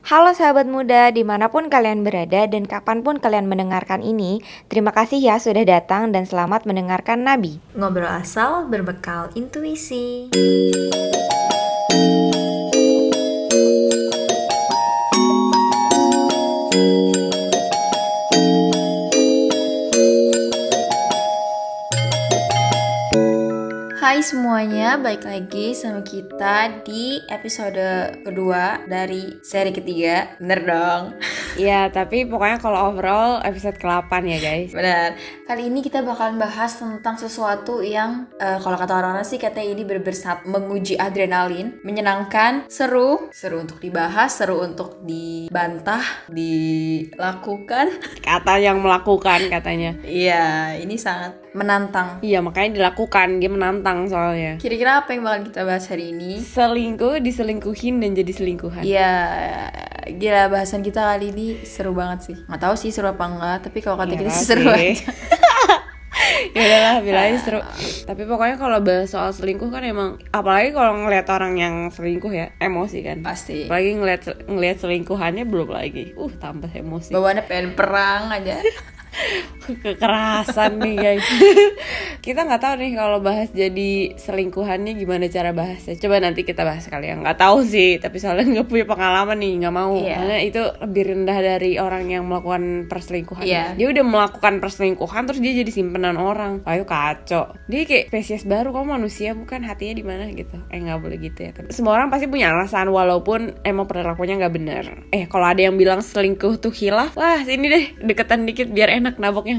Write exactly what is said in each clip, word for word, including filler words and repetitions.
Halo sahabat muda, dimanapun kalian berada dan kapanpun kalian mendengarkan ini, terima kasih ya sudah datang dan selamat mendengarkan Nabi. Ngobrol asal berbekal intuisi. Hai semuanya, balik lagi sama kita di episode kedua dari seri ketiga. Bener dong? Ya, tapi pokoknya kalau overall episode ke delapan ya guys. Benar. Kali ini kita bakalan bahas tentang sesuatu yang uh, kalau kata orang-orang sih katanya ini bersat menguji adrenalin, menyenangkan, seru, seru untuk dibahas, seru untuk dibantah, dilakukan. Kata yang melakukan katanya. Iya, ini sangat menantang. Iya, makanya dilakukan, dia menantang soalnya. Kira-kira apa yang bakal kita bahas hari ini? Selingkuh, diselingkuhin dan jadi selingkuhan. Iya, gila bahasan kita kali ini seru banget sih. Nggak tahu sih seru apa enggak, tapi kalau kata Ya kita sih. sih seru aja. Ya udahlah, bilangnya seru. Tapi pokoknya kalau bahas soal selingkuh kan emang, apalagi kalau ngelihat orang yang selingkuh ya, emosi kan. Pasti. Apalagi ngelihat ngelihat selingkuhannya belum lagi. Uh, tambah emosi. Bawaannya pengen perang aja. Kekerasan nih guys. Kita nggak tahu nih kalau bahas jadi selingkuhannya gimana cara bahasnya. Coba nanti kita bahas kali ya. Nggak tahu sih, tapi soalnya nggak punya pengalaman nih, nggak mau. Iya. Karena itu lebih rendah dari orang yang melakukan perselingkuhan. Iya. Dia udah melakukan perselingkuhan terus dia jadi simpenan orang. Wah, itu kacau. Dia kayak spesies baru, kamu manusia bukan, hatinya di mana gitu. Eh, nggak boleh gitu ya. Semua orang pasti punya alasan walaupun emang perilakunya nggak benar. Eh, kalau ada yang bilang selingkuh tuh khilaf, wah sini deh deketan dikit biar enak naboknya.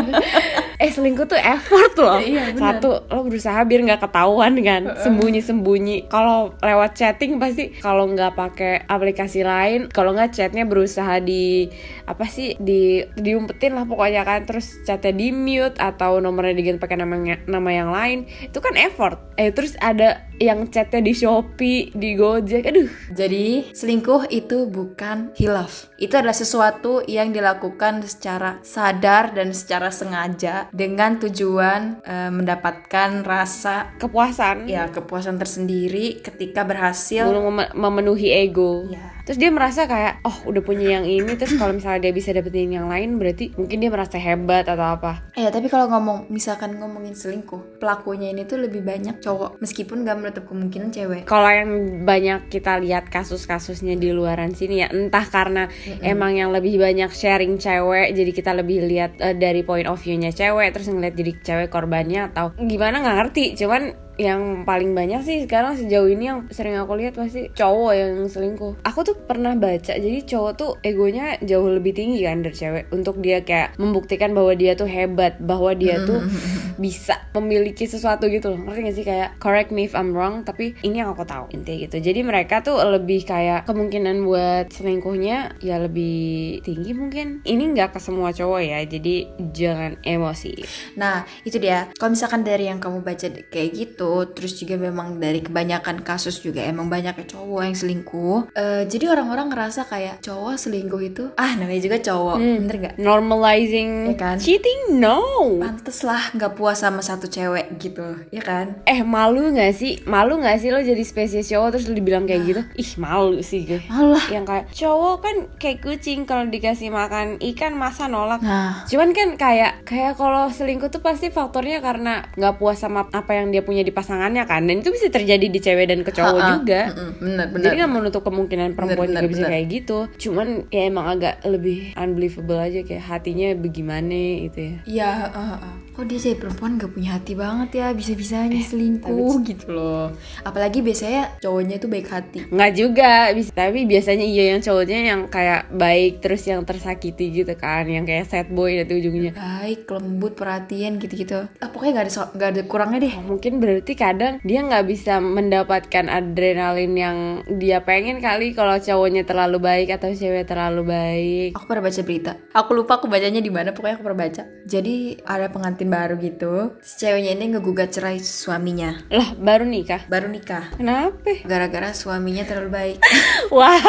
Eh, selingkuh tuh effort loh. Iya, bener. Satu, lo berusaha biar nggak ketahuan kan, sembunyi-sembunyi. Kalau lewat chatting pasti, kalau nggak pakai aplikasi lain, kalau nggak chatnya berusaha di apa sih di diumpetin lah pokoknya kan, terus chatnya di mute atau nomornya diganti pakai namanya nama yang lain, itu kan effort. Eh, terus ada yang chatnya di Shopee, di Gojek, aduh. Jadi selingkuh itu bukan hilaf. Itu adalah sesuatu yang dilakukan secara sadar dan secara sengaja dengan tujuan e, mendapatkan rasa Kepuasan, ya kepuasan tersendiri ketika berhasil. mem- memenuhi ego. Ya. Terus dia merasa kayak, oh udah punya yang ini, terus kalau misalnya dia bisa dapetin yang lain, berarti mungkin dia merasa hebat atau apa. Ya, tapi kalau ngomong misalkan ngomongin selingkuh, pelakunya ini tuh lebih banyak cowok, meskipun gak menutup kemungkinan cewek. Kalau yang banyak kita lihat kasus-kasusnya di luaran sini ya, entah karena mm-hmm. emang yang lebih banyak sharing cewek, jadi kita lebih lihat uh, dari point of view-nya cewek, terus ngeliat jadi cewek korbannya atau gimana nggak ngerti. Cuman yang paling banyak sih sekarang sejauh ini yang sering aku lihat pasti cowok yang selingkuh. Aku tuh pernah baca, jadi cowok tuh egonya jauh lebih tinggi kan dari cewek, untuk dia kayak membuktikan bahwa dia tuh hebat, bahwa dia tuh bisa memiliki sesuatu gitu loh. Ngerti gak sih? Kayak correct me if I'm wrong, tapi ini yang aku tahu intinya gitu. Jadi mereka tuh lebih kayak kemungkinan buat selingkuhnya ya lebih tinggi mungkin. Ini nggak ke semua cowok ya, jadi jangan emosi. Nah itu dia, kalau misalkan dari yang kamu baca kayak gitu, terus juga memang dari kebanyakan kasus juga emang banyaknya cowok yang selingkuh. uh, Jadi orang-orang ngerasa kayak cowok selingkuh itu ah namanya juga cowok, hmm. bener gak? Normalizing ya kan? cheating, no. Pantes lah gak puas sama satu cewek gitu, ya kan? Eh, malu gak sih? Malu gak sih lo jadi spesies cowok terus lo dibilang kayak nah. gitu? Ih, malu sih gue. Malu lah. Yang kayak cowok kan kayak kucing, kalau dikasih makan ikan masa nolak. Nah. Cuman kan kayak kayak kalau selingkuh tuh pasti faktornya karena gak puas sama apa yang dia punya di pasangannya kan, dan itu bisa terjadi di cewek dan ke cowok Ha-ha. juga. Bener, bener. Jadi gak menutup kemungkinan perempuan bener, juga bener, bisa bener. kayak gitu. Cuman kayak emang agak lebih unbelievable aja, kayak hatinya bagaimana gitu ya. Iya, uh, uh. Kok dia jadi perempuan gak punya hati banget ya, bisa-bisanya eh, selingkuh tapi, gitu loh. Apalagi biasanya cowoknya tuh baik hati. Nggak juga, bisa, tapi biasanya iya yang cowoknya yang kayak baik terus yang tersakiti gitu kan, yang kayak sad boy nanti ujungnya. Baik, lembut, perhatian gitu-gitu. Ah, pokoknya gak ada so- gak ada kurangnya deh. Oh, mungkin berarti kadang dia nggak bisa mendapatkan adrenalin yang dia pengen kali kalau cowoknya terlalu baik atau cewek terlalu baik. Aku pernah baca berita, aku lupa aku bacanya di mana, pokoknya aku pernah baca. Jadi ada pengantin baru gitu, si ceweknya ini ngegugat cerai suaminya. Lah, baru nikah? Baru nikah. Kenapa? Gara-gara suaminya terlalu baik. Wah,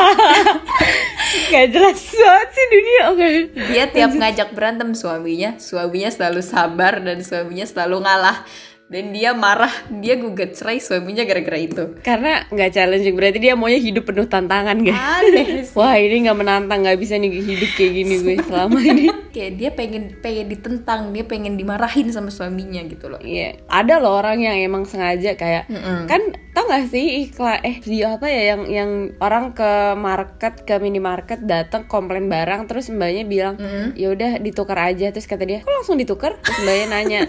gak jelas banget sih dunia. Oke. Okay. Dia tiap ngajak berantem suaminya, suaminya selalu sabar dan suaminya selalu ngalah. Dan dia marah, dia gugat cerai suaminya gara-gara itu. Karena nggak challenging, berarti dia maunya hidup penuh tantangan gak? Aneh sih. Wah ini nggak menantang, nggak bisa nih hidup kayak gini gue selama ini. Kayak dia pengen pengen ditentang, dia pengen dimarahin sama suaminya gitu loh. Iya, ada loh orang yang emang sengaja kayak Mm-mm. kan tau gak sih iklan eh video apa ya yang yang orang ke market ke minimarket datang komplain barang terus mbaknya bilang Mm-mm. ya udah ditukar aja, terus kata dia kok langsung ditukar, terus mbaknya nanya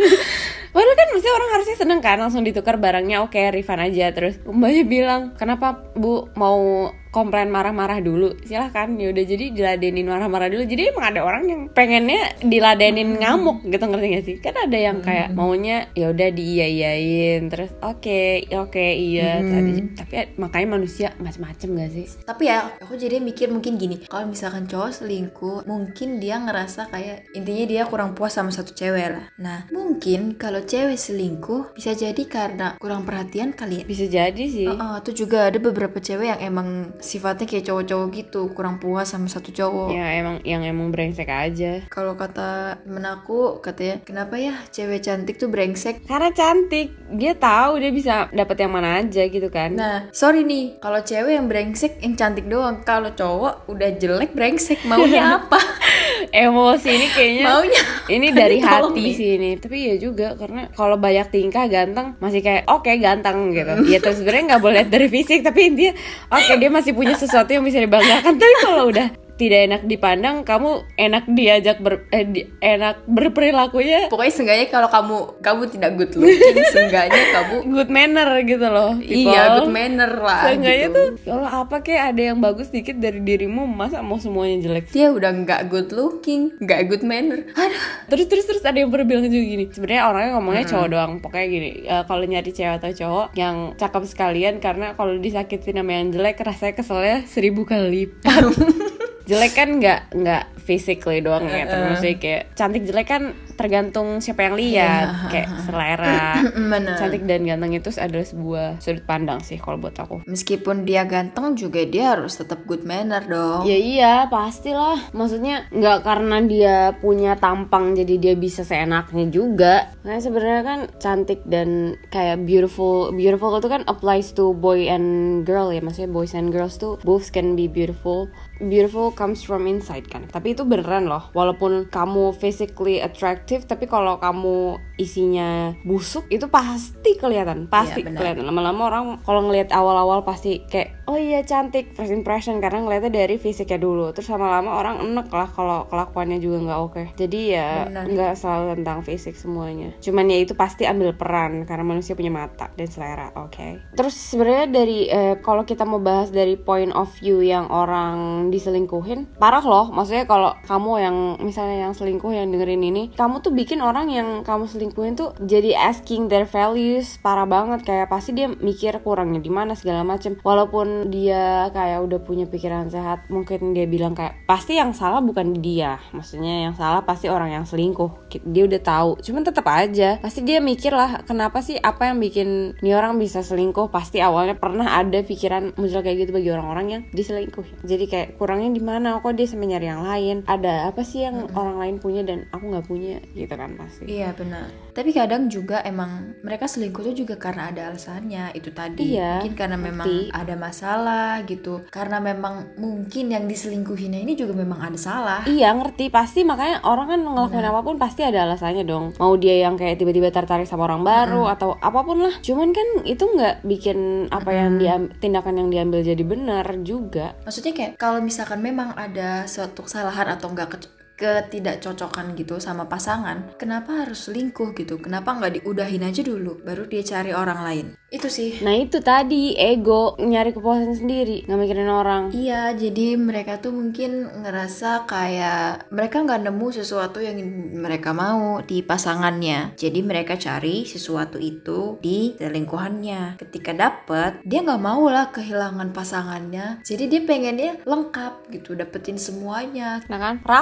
padahal kan mesti orang harusnya seneng kan langsung ditukar barangnya, oke refund aja. Terus mbaknya bilang kenapa bu mau komplain marah-marah dulu, silahkan. Ya udah jadi diladenin marah-marah dulu. Jadi emang ada orang yang pengennya diladenin ngamuk gitu, ngerti gak sih? Kan ada yang kayak maunya ya udah diiyain terus oke okay, oke okay, iya. Hmm. Tapi makanya manusia macam-macam gak sih? Tapi ya aku jadi mikir mungkin gini, kalau misalkan cowok selingkuh, mungkin dia ngerasa kayak intinya dia kurang puas sama satu cewek lah. Nah mungkin kalau cewek selingkuh bisa jadi karena kurang perhatian kali ya. Bisa jadi sih. Uh-uh, tuh juga ada beberapa cewek yang emang sifatnya kayak cowok-cowok gitu, kurang puas sama satu cowok. Ya emang yang emang brengsek aja. Kalau kata temen aku katanya, kenapa ya cewek cantik tuh brengsek? Karena cantik, dia tahu dia bisa dapat yang mana aja gitu kan. Nah, sorry nih, kalau cewek yang brengsek yang cantik doang, kalau cowok udah jelek brengsek, maunya apa? Emosi ini kayaknya Maunya ini dari tolong hati nih. sih ini. Tapi ya juga karena kalau banyak tingkah ganteng masih kayak oke okay, ganteng gitu. Ya terus sebenarnya nggak boleh lihat dari fisik, tapi dia oke okay, dia masih punya sesuatu yang bisa dibanggakan. Tapi kalau udah tidak enak dipandang, kamu enak diajak ber, eh, di, enak berperilakunya. Pokoknya seenggaknya kalau kamu kamu tidak good looking, seenggaknya kamu good manner gitu loh. People. Iya, good manner lah. Seenggaknya gitu. tuh kalau apa kayak ada yang bagus dikit dari dirimu, masa mau semuanya jelek? Dia udah nggak good looking, nggak good manner. Aduh. Terus terus terus ada yang pernah bilang juga gini. Sebenarnya orangnya ngomongnya hmm. cowok doang. Pokoknya gini, ya, kalau nyari cewek atau cowok yang cakep sekalian, karena kalau disakitin sama yang jelek, rasanya keselnya seribu kali lipat. Jelek kan nggak nggak physically doang ya, uh, maksudnya kayak cantik jelek kan tergantung siapa yang lihat, yeah. Kayak selera. Cantik dan ganteng itu adalah sebuah sudut pandang sih kalau buat aku. Meskipun dia ganteng juga dia harus tetap good manner dong. Ya iya pastilah, maksudnya nggak karena dia punya tampang jadi dia bisa seenaknya juga. Nah sebenarnya kan cantik dan kayak beautiful, beautiful itu kan applies to boy and girl ya, maksudnya boys and girls tuh both can be beautiful. Beautiful comes from inside kan. Tapi itu beneran loh. Walaupun kamu physically attractive, tapi kalau kamu isinya busuk itu pasti kelihatan. Pasti ya, kelihatan. Lama-lama orang kalau ngelihat awal-awal pasti kayak oh iya cantik, first impression, karena ngeliatnya dari fisiknya dulu. Terus lama-lama orang enek lah kalau kelakuannya juga nggak oke. Jadi ya nggak selalu tentang fisik semuanya. Cuman ya itu pasti ambil peran karena manusia punya mata dan selera. Oke. Okay. Terus sebenarnya dari eh, kalau kita mau bahas dari point of view yang orang diselingkuhin, parah loh. Maksudnya kalau kamu yang misalnya yang selingkuh yang dengerin ini, kamu tuh bikin orang yang kamu selingkuhin tuh jadi asking their values, parah banget. Kayak pasti dia mikir kurangnya di mana segala macem. Walaupun dia kayak udah punya pikiran sehat, mungkin dia bilang kayak pasti yang salah bukan dia, maksudnya yang salah pasti orang yang selingkuh. Dia udah tahu, cuman tetap aja pasti dia mikir lah kenapa sih, apa yang bikin nih orang bisa selingkuh. Pasti awalnya pernah ada pikiran muncul kayak gitu bagi orang-orang yang diselingkuh. Jadi kayak kurangnya di mana, kok dia sampai nyari yang lain, ada apa sih yang mm-hmm. orang lain punya dan aku nggak punya gitu kan pasti. Iya benar. Tapi kadang juga emang mereka selingkuh tuh juga karena ada alasannya itu tadi. Iya, mungkin karena memang ngerti. Ada masalah gitu. Karena memang mungkin yang diselingkuhinnya ini juga memang ada salah. Iya ngerti, pasti makanya orang kan ngelakuin nah. apapun pasti ada alasannya dong. Mau dia yang kayak tiba-tiba tertarik sama orang baru mm-hmm. atau apapun lah. Cuman kan itu nggak bikin apa mm-hmm. yang diam- tindakan yang diambil jadi benar juga. Maksudnya kayak kalau misalkan memang ada suatu kesalahan atau enggak ke- ketidakcocokan gitu sama pasangan, kenapa harus selingkuh gitu? Kenapa nggak diudahin aja dulu baru dia cari orang lain? Itu sih. Nah itu tadi ego, nyari kepuasan sendiri, nggak mikirin orang. Iya, jadi mereka tuh mungkin ngerasa kayak mereka nggak nemu sesuatu yang mereka mau di pasangannya. Jadi mereka cari sesuatu itu di selingkuhannya. Ketika dapet, dia nggak mau lah kehilangan pasangannya. Jadi dia pengennya lengkap gitu, dapetin semuanya. Nah kan, rakus.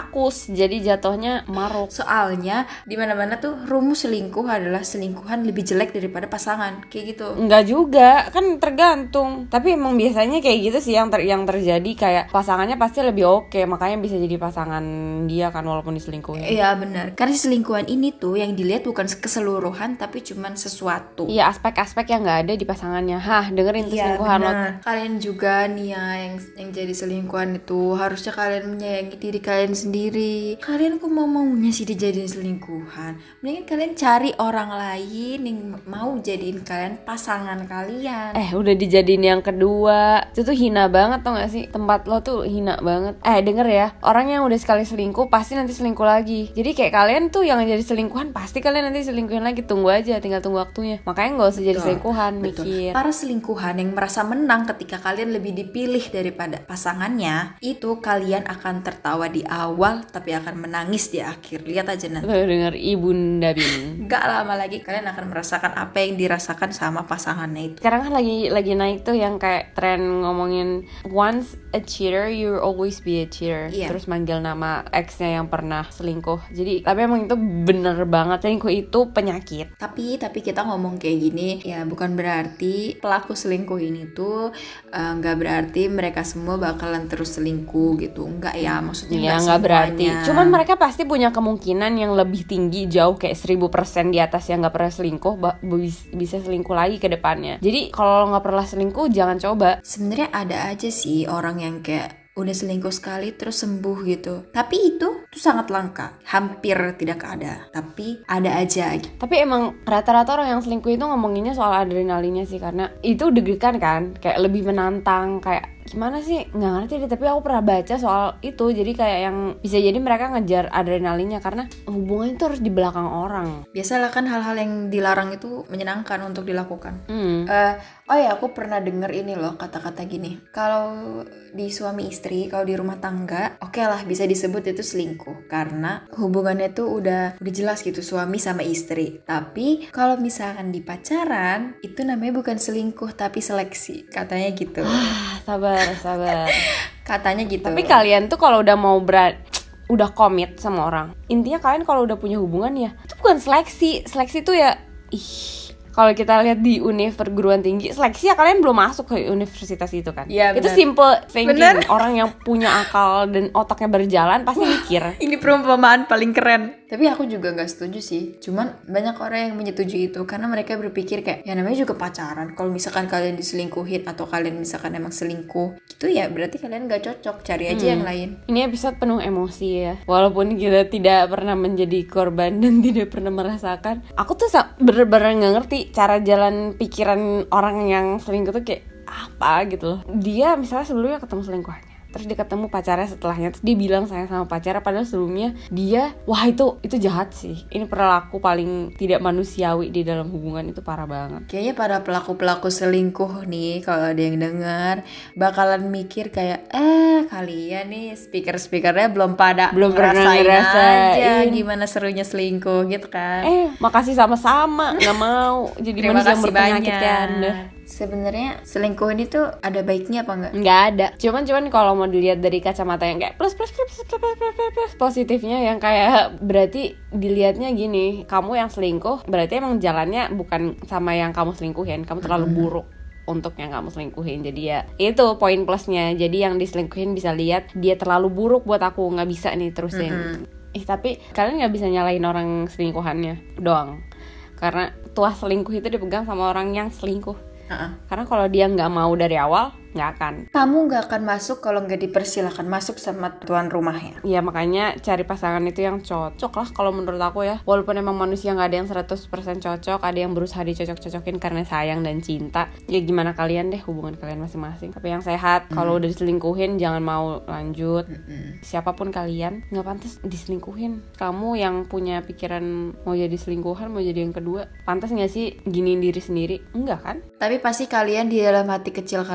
jadi jatuhnya maruk. Soalnya di mana-mana tuh rumus selingkuh adalah selingkuhan lebih jelek daripada pasangan, kayak gitu. Enggak juga, kan tergantung. Tapi emang biasanya kayak gitu sih yang ter yang terjadi, kayak pasangannya pasti lebih oke, makanya bisa jadi pasangan dia kan walaupun diselingkuhin. Iya benar. Karena selingkuhan ini tuh yang dilihat bukan keseluruhan tapi cuman sesuatu. Iya, aspek-aspek yang nggak ada di pasangannya. Hah, dengerin tuh Iya, selingkuhan lo. benar. Kalian juga nih ya yang yang jadi selingkuhan itu harusnya kalian menyayangi diri kalian sendiri. Kalian kok mau maunya sih dijadiin selingkuhan? Mendingan kalian cari orang lain yang mau jadiin kalian pasangan kalian. Eh, udah dijadiin yang kedua. Itu tuh hina banget tau gak sih? Tempat lo tuh hina banget. Eh, denger ya. Orang yang udah sekali selingkuh pasti nanti selingkuh lagi. Jadi kayak kalian tuh yang jadi selingkuhan pasti kalian nanti selingkuhin lagi. Tunggu aja, tinggal tunggu waktunya. Makanya gak usah jadi selingkuhan, Betul. mikir. Para selingkuhan yang merasa menang ketika kalian lebih dipilih daripada pasangannya, itu kalian akan tertawa di awal tapi akan menangis di akhir. Lihat aja nanti. Lo denger Ibunda Bin. Gak lama lagi kalian akan merasakan apa yang dirasakan sama pasangannya itu. Sekarang kan lagi lagi naik tuh yang kayak tren ngomongin once a cheater you always be a cheater. Iya. Terus manggil nama ex-nya yang pernah selingkuh. Jadi tapi emang itu bener banget, selingkuh itu penyakit. Tapi tapi kita ngomong kayak gini ya bukan berarti pelaku selingkuh ini tuh uh, nggak berarti mereka semua bakalan terus selingkuh gitu. Enggak ya, maksudnya Ya nggak nggak berarti. semuanya. Cuman mereka pasti punya kemungkinan yang lebih tinggi, jauh kayak seribu persen di atas yang nggak pernah selingkuh ba- bis- bisa selingkuh lagi ke depannya. Jadi kalau nggak pernah selingkuh jangan coba. Sebenarnya ada aja sih orang yang kayak udah selingkuh sekali terus sembuh gitu. Tapi itu tuh sangat langka, hampir tidak ada. Tapi ada aja gitu. Tapi emang rata-rata orang yang selingkuh itu ngomonginnya soal adrenalinnya sih, karena itu deg-degan kan, kayak lebih menantang, kayak gimana sih nggak ngerti deh, tapi aku pernah baca soal itu. Jadi kayak yang bisa jadi mereka ngejar adrenalinnya karena hubungan itu harus di belakang orang. Biasalah kan hal-hal yang dilarang itu menyenangkan untuk dilakukan. hmm. Uh, oh ya, aku pernah denger ini loh kata-kata gini. Kalau di suami istri, kalau di rumah tangga, oke lah bisa disebut itu selingkuh karena hubungannya tuh udah udah jelas gitu suami sama istri. Tapi kalau misalkan di pacaran, itu namanya bukan selingkuh tapi seleksi, katanya gitu. sabar sabar Katanya gitu. Tapi kalian tuh kalau udah mau berat udah komit sama orang, intinya kalian kalau udah punya hubungan ya itu bukan seleksi. Seleksi tuh ya ih, kalau kita lihat di univ perguruan tinggi, seleksi ya kalian belum masuk ke universitas itu kan. Ya, itu benar. simple thinking. Benar. Orang yang punya akal dan otaknya berjalan pasti mikir. Ini perumpamaan paling keren. Tapi aku juga gak setuju sih. Cuman banyak orang yang menyetujui itu karena mereka berpikir kayak ya namanya juga pacaran. Kalau misalkan kalian diselingkuhin atau kalian misalkan emang selingkuh, gitu ya berarti kalian gak cocok. Cari aja hmm. yang lain. Ini episode penuh emosi ya. Walaupun kita tidak pernah menjadi korban dan tidak pernah merasakan. Aku tuh bener-bener gak ngerti cara jalan pikiran orang yang selingkuh tuh kayak apa gitu loh. Dia misalnya sebelumnya ketemu selingkuhannya, terus dia ketemu pacarnya setelahnya, terus dia bilang sayang sama pacarnya, padahal sebelumnya dia wah itu itu jahat sih. Ini perilaku paling tidak manusiawi di dalam hubungan, itu parah banget. Kayaknya para pelaku-pelaku selingkuh nih kalau ada yang dengar bakalan mikir kayak eh kalian nih speaker-speakernya belum pada belum pernah ngerasain ngerasain aja gimana serunya selingkuh gitu kan. Eh makasih sama-sama, nggak mau jadi Terima manusia yang kasih berpenyakit banyak. kan. Sebenarnya selingkuh ini tuh ada baiknya apa enggak? Nggak ada. Cuman cuman kalau mau dilihat dari kacamata yang kayak plus plus plus plus plus plus, plus, plus, plus positifnya yang kayak berarti dilihatnya gini, kamu yang selingkuh berarti emang jalannya bukan sama yang kamu selingkuhin, kamu terlalu hmm. buruk untuk yang kamu selingkuhin. Jadi ya itu poin plusnya. Jadi yang diselingkuhin bisa lihat dia terlalu buruk buat aku, nggak bisa nih terusin. Mm-hmm. Ih tapi kalian nggak bisa nyalain orang selingkuhannya doang, karena tuah selingkuh itu dipegang sama orang yang selingkuh. Uh-uh. Karena kalau dia nggak mau dari awal, nggak akan. Kamu nggak akan masuk kalau nggak dipersilakan masuk sama tuan rumahnya. Ya makanya cari pasangan itu yang cocok lah kalau menurut aku ya. Walaupun emang manusia nggak ada yang seratus persen cocok, ada yang berusaha dicocok-cocokin karena sayang dan cinta. Ya gimana kalian deh, hubungan kalian masing-masing. Tapi yang sehat, hmm. kalau udah diselingkuhin jangan mau lanjut. Hmm. Siapapun kalian nggak pantas diselingkuhin. Kamu yang punya pikiran mau jadi selingkuhan, mau jadi yang kedua, pantas nggak sih giniin diri sendiri? Enggak kan? Tapi pasti kalian di dalam hati kecil kalian pasti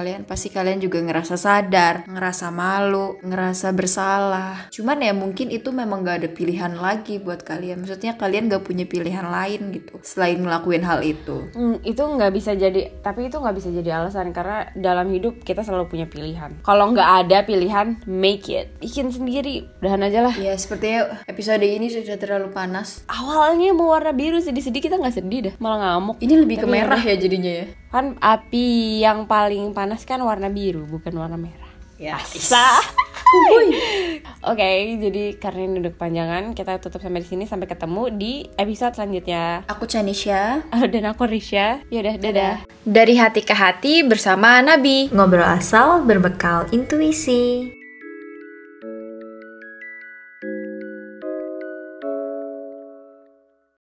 pasti kalian juga ngerasa sadar, ngerasa malu, ngerasa bersalah. Cuman ya mungkin itu memang gak ada pilihan lagi buat kalian. Maksudnya kalian gak punya pilihan lain gitu selain ngelakuin hal itu. Hmm, itu nggak bisa jadi, tapi itu nggak bisa jadi alasan karena dalam hidup kita selalu punya pilihan. Kalau nggak ada pilihan, make it, bikin sendiri, udahan aja lah. Ya sepertinya episode ini sudah terlalu panas. Awalnya mau warna biru, sedih-sedih kita nggak sedih dah, malah ngamuk. Ini lebih ke Tapi merah ya, ya jadinya ya. kan api yang paling panas kan warna biru, bukan warna merah. Ya. Sah. Oke, okay, jadi karena ini udah kepanjangan, kita tutup sampai di sini. Sampai ketemu di episode selanjutnya. Aku Chanisha dan aku Risha. Yaudah, dadah. Dari hati ke hati bersama Nabi. Ngobrol asal berbekal intuisi.